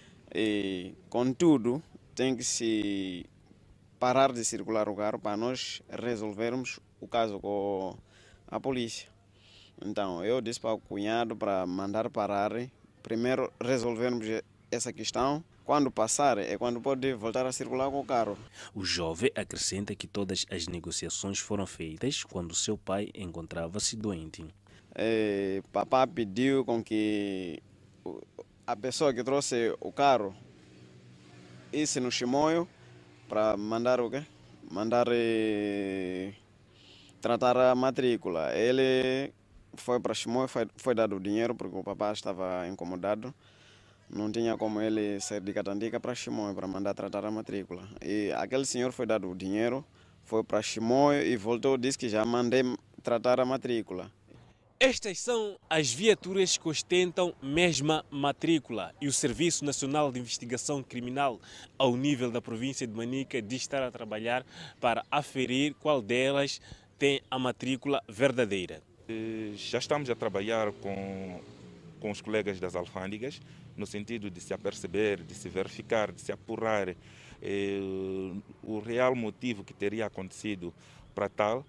e, contudo, tem que se parar de circular o carro para nós resolvermos o caso com a polícia. Então, eu disse para o cunhado para mandar parar, primeiro resolvermos essa questão. Quando passar, é quando pode voltar a circular com o carro. O jovem acrescenta que todas as negociações foram feitas quando seu pai encontrava-se doente. Papá pediu com que a pessoa que trouxe o carro isse no Chimoio para mandar o quê? Mandar tratar a matrícula. Ele foi para Chimoio, foi dado o dinheiro porque o papá estava incomodado. Não tinha como ele sair de Catandica para Chimoio para mandar tratar a matrícula. E aquele senhor foi dado o dinheiro, foi para Chimoio e voltou, disse que já mandei tratar a matrícula. Estas são as viaturas que ostentam mesma matrícula e o Serviço Nacional de Investigação Criminal, ao nível da província de Manica, diz estar a trabalhar para aferir qual delas tem a matrícula verdadeira. Já estamos a trabalhar com os colegas das alfândegas, no sentido de se aperceber, de se verificar, de se apurar o real motivo que teria acontecido para tal.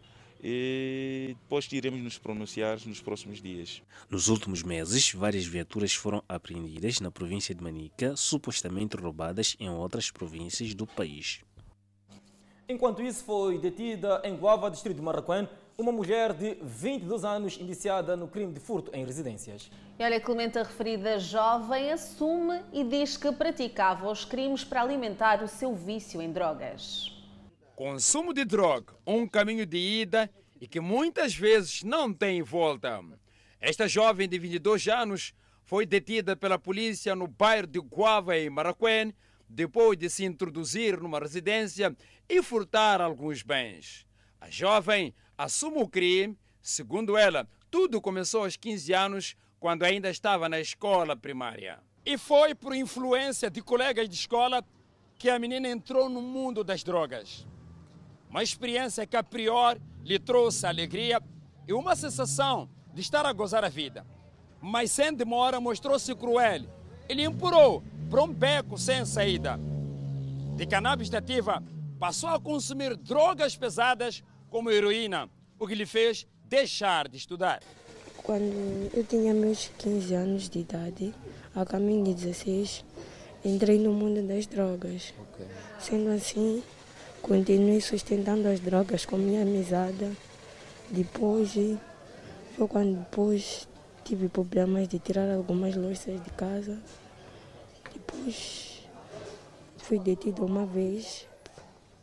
E depois iremos nos pronunciar nos próximos dias. Nos últimos meses, várias viaturas foram apreendidas na província de Manica, supostamente roubadas em outras províncias do país. Enquanto isso, foi detida em Guava, distrito de Marraquém, uma mulher de 22 anos indiciada no crime de furto em residências. E olha, Clemente, a referida jovem assume e diz que praticava os crimes para alimentar o seu vício em drogas. Consumo de droga, um caminho de ida e que muitas vezes não tem volta. Esta jovem de 22 anos foi detida pela polícia no bairro de Guava, em Marraquém, depois de se introduzir numa residência e furtar alguns bens. A jovem assume o crime. Segundo ela, tudo começou aos 15 anos, quando ainda estava na escola primária. E foi por influência de colegas de escola que a menina entrou no mundo das drogas. Uma experiência que a priori lhe trouxe alegria e uma sensação de estar a gozar a vida. Mas sem demora mostrou-se cruel. Ele empurrou para um beco sem saída. De cannabis nativa, passou a consumir drogas pesadas como heroína, o que lhe fez deixar de estudar. Quando eu tinha meus 15 anos de idade, a caminho de 16, entrei no mundo das drogas. Sendo assim, continuei sustentando as drogas com minha amizade. Depois, foi quando depois tive problemas de tirar algumas louças de casa. Depois fui detida uma vez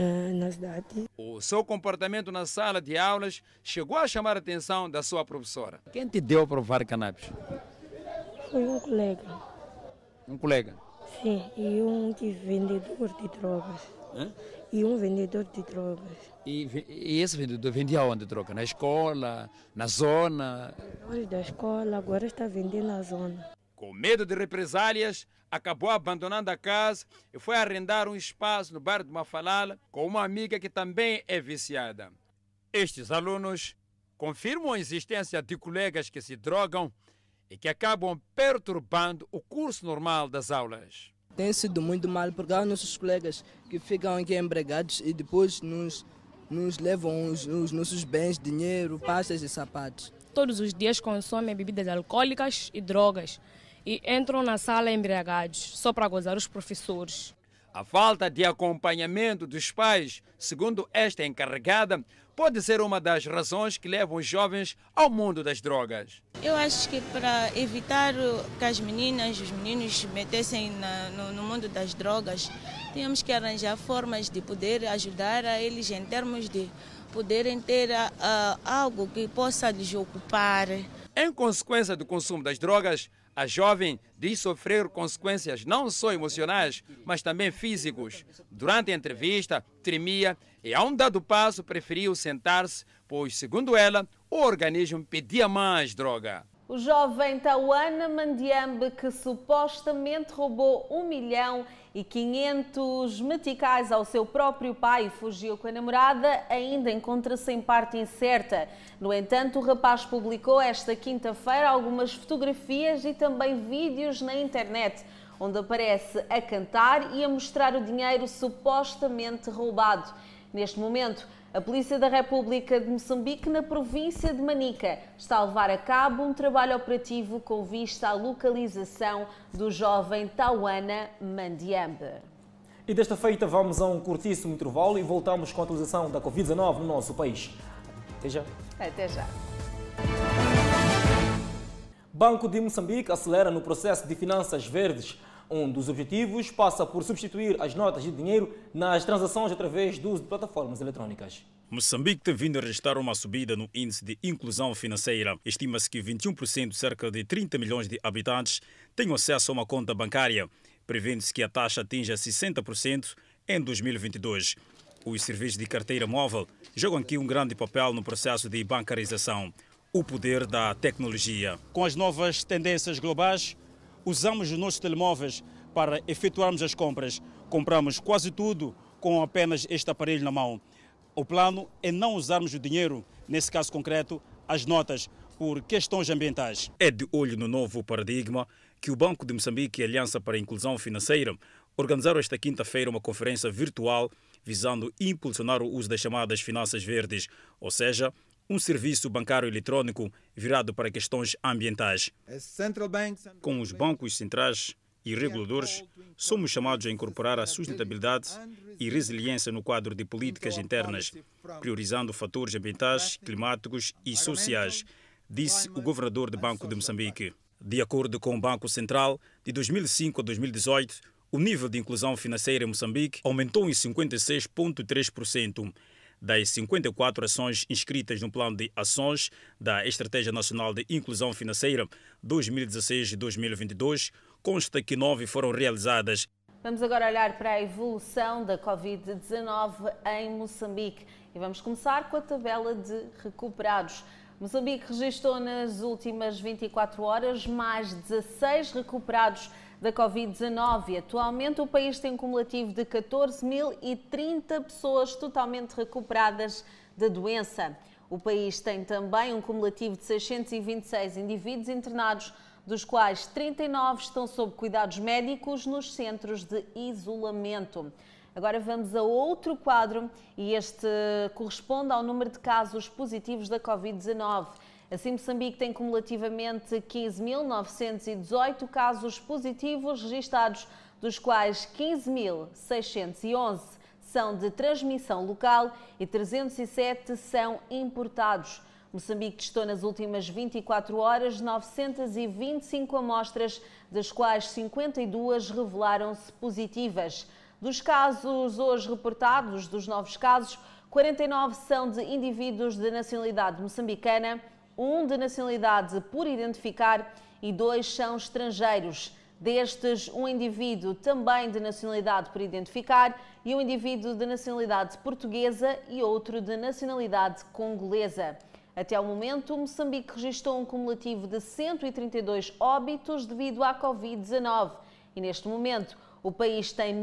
na cidade. O seu comportamento na sala de aulas chegou a chamar a atenção da sua professora. Quem te deu a provar cannabis? Foi um colega. Um colega? Sim, e um vendedor de drogas. Hã? E um vendedor de drogas. E esse vendedor vendia onde droga? Na escola? Na zona? Vendedor da escola, agora está vendendo na zona. Com medo de represálias, acabou abandonando a casa e foi arrendar um espaço no bairro de Mafalala com uma amiga que também é viciada. Estes alunos confirmam a existência de colegas que se drogam e que acabam perturbando o curso normal das aulas. Tem sido muito mal porque há nossos colegas que ficam aqui empregados e depois nos levam os nossos bens, dinheiro, pastas e sapatos. Todos os dias consomem bebidas alcoólicas e drogas e entram na sala embriagados só para gozar os professores. A falta de acompanhamento dos pais, segundo esta encarregada, pode ser uma das razões que levam os jovens ao mundo das drogas. Eu acho que para evitar que as meninas e os meninos se metessem no mundo das drogas, temos que arranjar formas de poder ajudar a eles em termos de poderem ter algo que possa lhes ocupar. Em consequência do consumo das drogas, a jovem diz sofrer consequências não só emocionais, mas também físicos. Durante a entrevista, tremia e a um dado passo preferiu sentar-se, pois, segundo ela, o organismo pedia mais droga. O jovem Tauana Mandiambe, que supostamente roubou 1.500.000 meticais ao seu próprio pai e fugiu com a namorada, ainda encontra-se em parte incerta. No entanto, o rapaz publicou esta quinta-feira algumas fotografias e também vídeos na internet, onde aparece a cantar e a mostrar o dinheiro supostamente roubado. Neste momento, a Polícia da República de Moçambique, na província de Manica, está a levar a cabo um trabalho operativo com vista à localização do jovem Tauana Mandiambe. E desta feita vamos a um curtíssimo intervalo e voltamos com a atualização da Covid-19 no nosso país. Até já. Até já. Banco de Moçambique acelera no processo de finanças verdes. Um dos objetivos passa por substituir as notas de dinheiro nas transações através do uso de plataformas eletrónicas. Moçambique tem vindo a registrar uma subida no índice de inclusão financeira. Estima-se que 21%, cerca de 30 milhões de habitantes, tenham acesso a uma conta bancária. Prevê-se que a taxa atinja 60% em 2022. Os serviços de carteira móvel jogam aqui um grande papel no processo de bancarização. O poder da tecnologia. Com as novas tendências globais, usamos os nossos telemóveis para efetuarmos as compras. Compramos quase tudo com apenas este aparelho na mão. O plano é não usarmos o dinheiro, nesse caso concreto, as notas, por questões ambientais. É de olho no novo paradigma que o Banco de Moçambique e a Aliança para a Inclusão Financeira organizaram esta quinta-feira uma conferência virtual visando impulsionar o uso das chamadas finanças verdes, ou seja, um serviço bancário eletrônico virado para questões ambientais. Com os bancos centrais e reguladores, somos chamados a incorporar a sustentabilidade e resiliência no quadro de políticas internas, priorizando fatores ambientais, climáticos e sociais, disse o governador do Banco de Moçambique. De acordo com o Banco Central, de 2005 a 2018, o nível de inclusão financeira em Moçambique aumentou em 56,3%. Das 54 ações inscritas no Plano de Ações da Estratégia Nacional de Inclusão Financeira 2016-2022, consta que 9 foram realizadas. Vamos agora olhar para a evolução da Covid-19 em Moçambique e vamos começar com a tabela de recuperados. Moçambique registrou nas últimas 24 horas mais 16 recuperados da Covid-19. Atualmente, o país tem um cumulativo de 14.030 pessoas totalmente recuperadas da doença. O país tem também um cumulativo de 626 indivíduos internados, dos quais 39 estão sob cuidados médicos nos centros de isolamento. Agora vamos a outro quadro e este corresponde ao número de casos positivos da Covid-19. Assim, Moçambique tem cumulativamente 15.918 casos positivos registados, dos quais 15.611 são de transmissão local e 307 são importados. Moçambique testou nas últimas 24 horas 925 amostras, das quais 52 revelaram-se positivas. Dos casos hoje reportados, dos novos casos, 49 são de indivíduos de nacionalidade moçambicana, 1 de nacionalidade por identificar e 2 são estrangeiros. Destes, um indivíduo também de nacionalidade por identificar e um indivíduo de nacionalidade portuguesa e outro de nacionalidade congolesa. Até ao momento, Moçambique registrou um cumulativo de 132 óbitos devido à Covid-19 e, neste momento, o país tem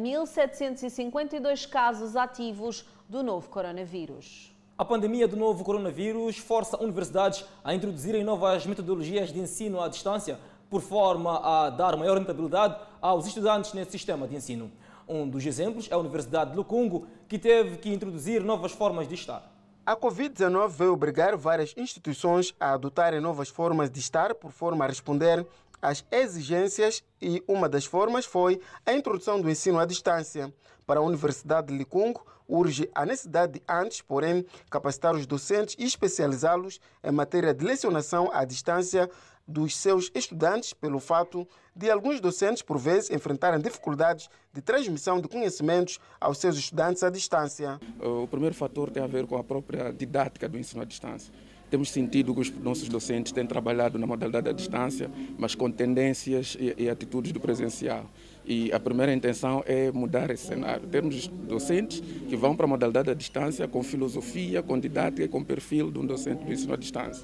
1.752 casos ativos do novo coronavírus. A pandemia do novo coronavírus força universidades a introduzirem novas metodologias de ensino à distância, por forma a dar maior rentabilidade aos estudantes nesse sistema de ensino. Um dos exemplos é a Universidade de Lukungu, que teve que introduzir novas formas de estar. A Covid-19 veio obrigar várias instituições a adotarem novas formas de estar por forma a responder às exigências e uma das formas foi a introdução do ensino à distância. Para a Universidade de Lukungu, urge a necessidade de antes, porém, capacitar os docentes e especializá-los em matéria de lecionação à distância dos seus estudantes pelo fato de alguns docentes, por vezes, enfrentarem dificuldades de transmissão de conhecimentos aos seus estudantes à distância. O primeiro fator tem a ver com a própria didática do ensino à distância. Temos sentido que os nossos docentes têm trabalhado na modalidade à distância, mas com tendências e atitudes do presencial. E a primeira intenção é mudar esse cenário. Temos docentes que vão para a modalidade à distância com filosofia, com didática e com perfil de um docente do ensino à distância.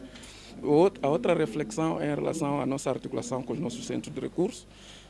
A outra reflexão é em relação à nossa articulação com os nossos centros de recursos,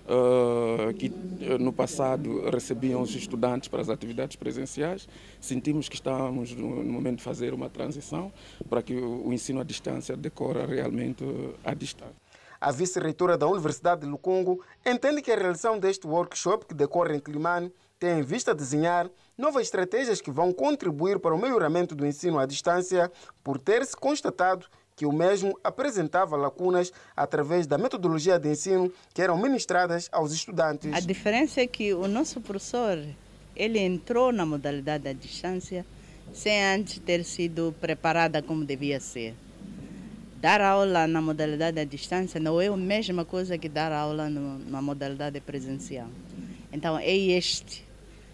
que no passado recebiam os estudantes para as atividades presenciais. Sentimos que estamos no momento de fazer uma transição para que o ensino à distância decorra realmente à distância. A vice-reitora da Universidade de Lukungu entende que a realização deste workshop, que decorre em Climane, tem em vista desenhar novas estratégias que vão contribuir para o melhoramento do ensino à distância, por ter-se constatado que o mesmo apresentava lacunas através da metodologia de ensino que eram ministradas aos estudantes. A diferença é que o nosso professor, ele entrou na modalidade à distância sem antes ter sido preparada como devia ser. Dar aula na modalidade à distância não é a mesma coisa que dar aula na modalidade presencial. Então é este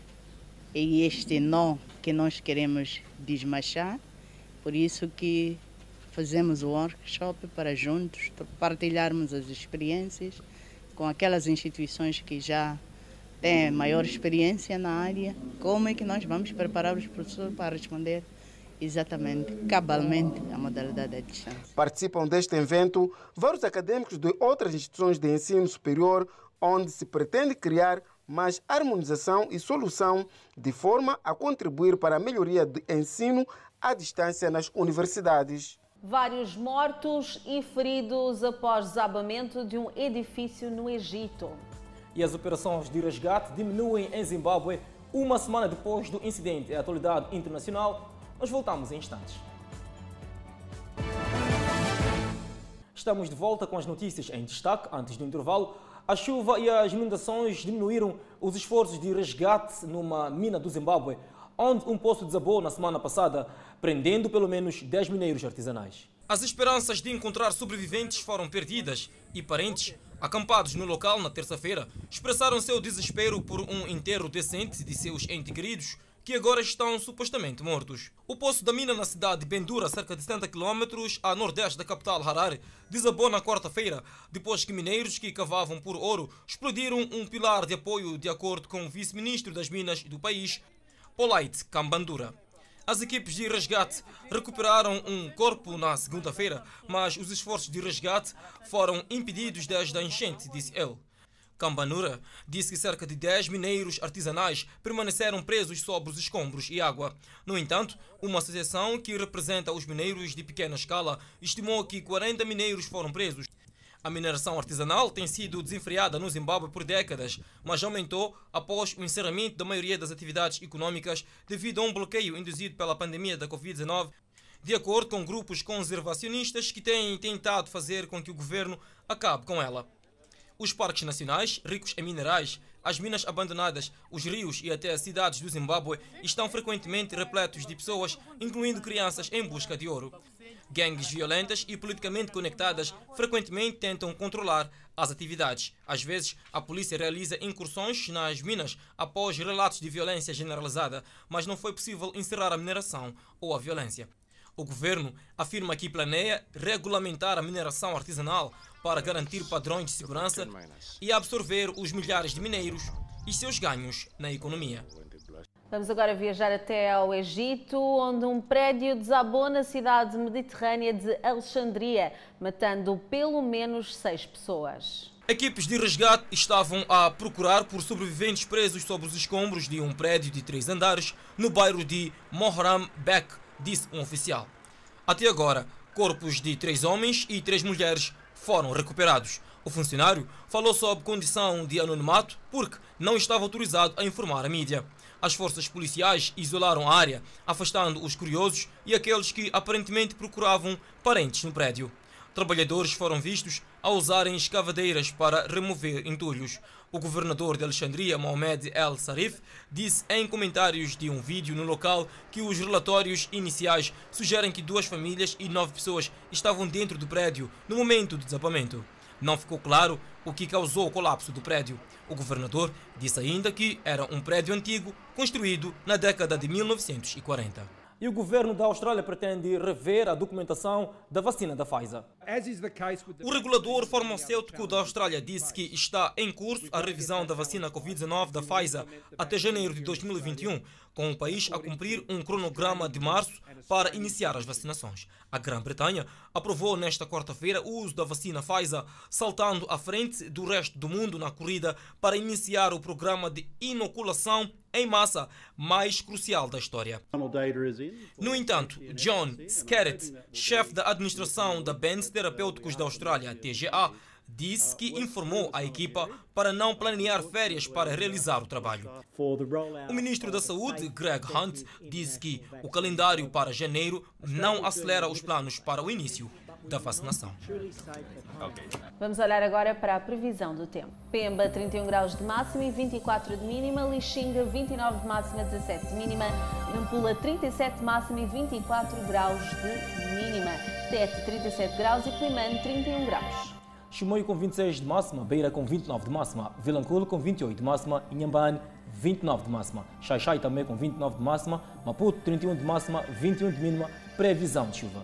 nó que nós queremos desmanchar, por isso que fazemos o workshop para juntos partilharmos as experiências com aquelas instituições que já têm maior experiência na área, como é que nós vamos preparar os professores para responder exatamente, cabalmente, a modalidade à distância. Participam deste evento vários acadêmicos de outras instituições de ensino superior, onde se pretende criar mais harmonização e solução de forma a contribuir para a melhoria do ensino à distância nas universidades. Vários mortos e feridos após desabamento de um edifício no Egito. E as operações de resgate diminuem em Zimbábue uma semana depois do incidente. É a atualidade internacional. Nós voltamos em instantes. Estamos de volta com as notícias em destaque. Antes do intervalo, a chuva e as inundações diminuíram os esforços de resgate numa mina do Zimbábue, onde um poço desabou na semana passada, prendendo pelo menos 10 mineiros artesanais. As esperanças de encontrar sobreviventes foram perdidas e parentes, acampados no local na terça-feira, expressaram seu desespero por um enterro decente de seus entes queridos, que agora estão supostamente mortos. O poço da mina na cidade de Bendura, cerca de 70 km a nordeste da capital Harare, desabou na quarta-feira, depois que mineiros que cavavam por ouro explodiram um pilar de apoio, de acordo com o vice-ministro das Minas do país, Polite Kambandura. As equipes de resgate recuperaram um corpo na segunda-feira, mas os esforços de resgate foram impedidos desde a enchente, disse ele. Kambandura disse que cerca de 10 mineiros artesanais permaneceram presos sob os escombros e água. No entanto, uma associação que representa os mineiros de pequena escala estimou que 40 mineiros foram presos. A mineração artesanal tem sido desenfreada no Zimbábue por décadas, mas aumentou após o encerramento da maioria das atividades econômicas devido a um bloqueio induzido pela pandemia da Covid-19, de acordo com grupos conservacionistas que têm tentado fazer com que o governo acabe com ela. Os parques nacionais, ricos em minerais, As minas abandonadas, os rios e até as cidades do Zimbábue estão frequentemente repletos de pessoas, incluindo crianças em busca de ouro. Gangues violentas e politicamente conectadas frequentemente tentam controlar as atividades. Às vezes, a polícia realiza incursões nas minas após relatos de violência generalizada, mas não foi possível encerrar a mineração ou a violência. O governo afirma que planeia regulamentar a mineração artesanal para garantir padrões de segurança e absorver os milhares de mineiros e seus ganhos na economia. Vamos agora viajar até ao Egito, onde um prédio desabou na cidade mediterrânea de Alexandria, matando pelo menos 6 pessoas. Equipes de resgate estavam a procurar por sobreviventes presos sob os escombros de um prédio de 3 andares no bairro de Mohram Bek, disse um oficial. Até agora, corpos de 3 homens e 3 mulheres foram recuperados. O funcionário falou sob condição de anonimato porque não estava autorizado a informar a mídia. As forças policiais isolaram a área, afastando os curiosos e aqueles que aparentemente procuravam parentes no prédio. Trabalhadores foram vistos a usarem escavadeiras para remover entulhos. O governador de Alexandria, Mohamed El Sarif, disse em comentários de um vídeo no local que os relatórios iniciais sugerem que 2 famílias e 9 pessoas estavam dentro do prédio no momento do desabamento. Não ficou claro o que causou o colapso do prédio. O governador disse ainda que era um prédio antigo, construído na década de 1940. E o governo da Austrália pretende rever a documentação da vacina da Pfizer. O regulador farmacêutico da Austrália disse que está em curso a revisão da vacina Covid-19 da Pfizer até janeiro de 2021, com o país a cumprir um cronograma de março para iniciar as vacinações. A Grã-Bretanha aprovou nesta quarta-feira o uso da vacina Pfizer, saltando à frente do resto do mundo na corrida para iniciar o programa de inoculação em massa mais crucial da história. No entanto, John Skerritt, chefe da administração da Bens Terapêuticos da Austrália, TGA, disse que informou a equipa para não planear férias para realizar o trabalho. O ministro da Saúde, Greg Hunt, disse que o calendário para janeiro não acelera os planos para o início da vacinação. Vamos olhar agora para a previsão do tempo. Pemba, 31 graus de máxima e 24 de mínima. Lixinga, 29 de máxima, 17 de mínima. Nampula, 37 de máxima e 24 graus de mínima. Tete, 37 graus e Climane, 31 graus. Chimoio com 26 de máxima, Beira com 29 de máxima, Vilanculo com 28 de máxima, Inhambane 29 de máxima, Xaixai também com 29 de máxima, Maputo 31 de máxima, 21 de mínima, previsão de chuva.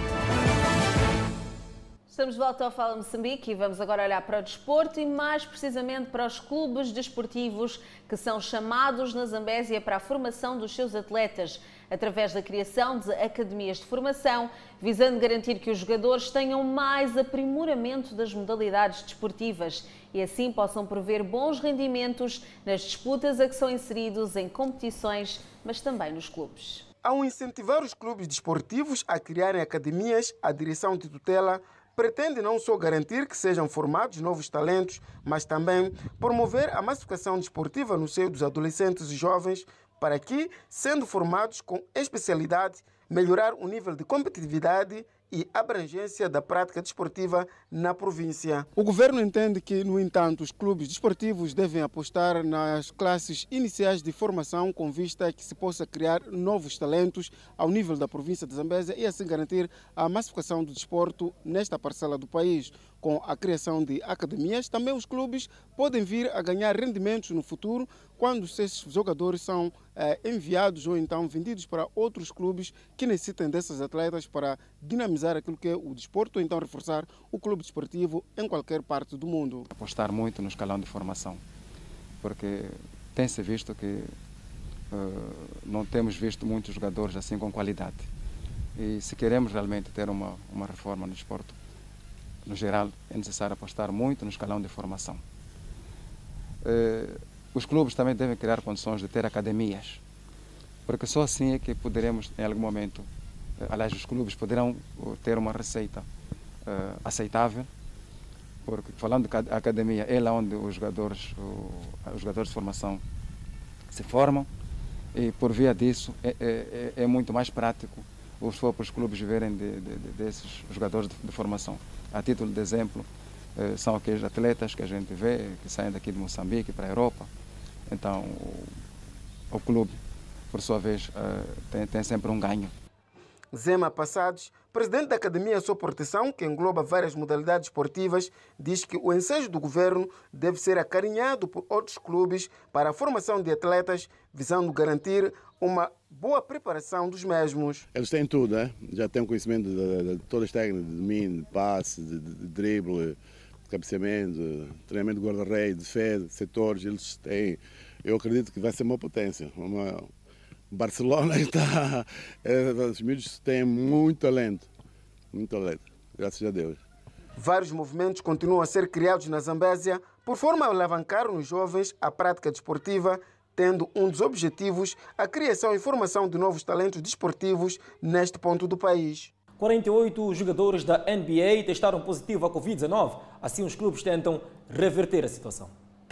Estamos de volta ao Fala Moçambique e vamos agora olhar para o desporto e mais precisamente para os clubes desportivos que são chamados na Zambésia para a formação dos seus atletas, através da criação de academias de formação, visando garantir que os jogadores tenham mais aprimoramento das modalidades desportivas e assim possam prover bons rendimentos nas disputas a que são inseridos em competições, mas também nos clubes. Ao incentivar os clubes desportivos a criarem academias, a direção de tutela pretende não só garantir que sejam formados novos talentos, mas também promover a massificação desportiva no seio dos adolescentes e jovens para que, sendo formados com especialidade, melhorar o nível de competitividade e abrangência da prática desportiva na província. O governo entende que, no entanto, os clubes desportivos devem apostar nas classes iniciais de formação com vista a que se possa criar novos talentos ao nível da província de Zambésia e assim garantir a massificação do desporto nesta parcela do país. Com a criação de academias, também os clubes podem vir a ganhar rendimentos no futuro quando esses jogadores são enviados ou então vendidos para outros clubes que necessitem desses atletas para dinamizar aquilo que é o desporto ou então reforçar o clube desportivo em qualquer parte do mundo. Apostar muito no escalão de formação, porque tem-se visto que não temos visto muitos jogadores assim com qualidade. E se queremos realmente ter uma reforma no desporto, no geral, é necessário apostar muito no escalão de formação. Os clubes também devem criar condições de ter academias, porque só assim é que poderemos, em algum momento, aliás, os clubes poderão ter uma receita aceitável, porque, falando de academia, é lá onde os jogadores de formação se formam, e por via disso é muito mais prático os clubes viverem desses jogadores de formação. A título de exemplo, são aqueles atletas que a gente vê, que saem daqui de Moçambique para a Europa. Então, o clube, por sua vez, tem sempre um ganho. Zema Passados, presidente da Academia Sua Proteção, que engloba várias modalidades esportivas, diz que o ensejo do governo deve ser acarinhado por outros clubes para a formação de atletas, visando garantir uma boa preparação dos mesmos. Eles têm tudo, né? Já têm conhecimento de todas as técnicas, de domínio, de passe, de drible, de cabeceamento, treinamento de guarda-redes, de defesa, de setores. Eles têm, eu acredito que vai ser uma potência. Barcelona está. Os miúdos têm muito talento, graças a Deus. Vários movimentos continuam a ser criados na Zambésia por forma a alavancar nos jovens a prática desportiva, tendo um dos objetivos a criação e formação de novos talentos desportivos neste ponto do país. 48 jogadores da NBA testaram positivo à Covid-19, assim os clubes tentam reverter a situação.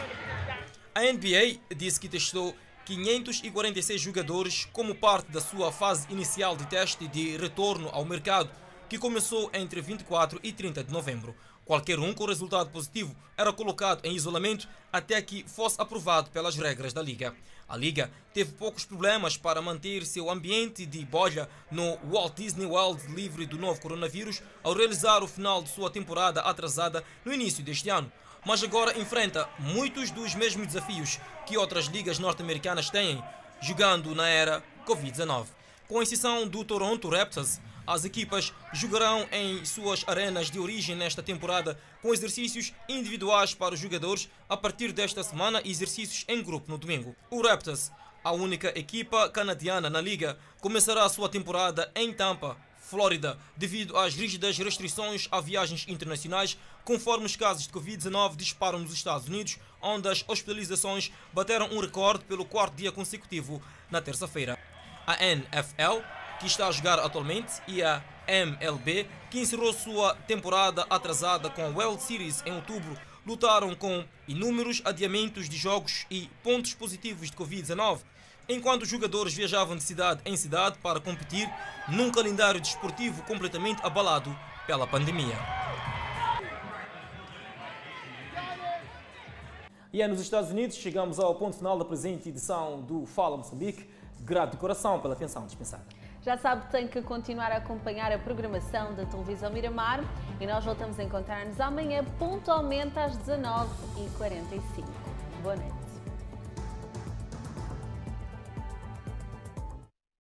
A NBA disse que testou 546 jogadores como parte da sua fase inicial de teste de retorno ao mercado, que começou entre 24 e 30 de novembro. Qualquer um com resultado positivo era colocado em isolamento até que fosse aprovado pelas regras da Liga. A Liga teve poucos problemas para manter seu ambiente de bolha no Walt Disney World livre do novo coronavírus ao realizar o final de sua temporada atrasada no início deste ano. Mas agora enfrenta muitos dos mesmos desafios que outras ligas norte-americanas têm, jogando na era Covid-19. Com exceção do Toronto Raptors, as equipas jogarão em suas arenas de origem nesta temporada, com exercícios individuais para os jogadores a partir desta semana e exercícios em grupo no domingo. O Raptors, a única equipa canadiana na liga, começará a sua temporada em Tampa, Flórida, devido às rígidas restrições a viagens internacionais, conforme os casos de Covid-19 disparam nos Estados Unidos, onde as hospitalizações bateram um recorde pelo 4º dia consecutivo na terça-feira. A NFL, que está a jogar atualmente, e a MLB, que encerrou sua temporada atrasada com a World Series em outubro, lutaram com inúmeros adiamentos de jogos e pontos positivos de Covid-19, enquanto os jogadores viajavam de cidade em cidade para competir num calendário desportivo completamente abalado pela pandemia. E nos Estados Unidos chegamos ao ponto final da presente edição do Fala Moçambique. Grato de coração pela atenção dispensada. Já sabe que tem que continuar a acompanhar a programação da televisão Miramar e nós voltamos a encontrar-nos amanhã pontualmente às 19h45. Boa noite.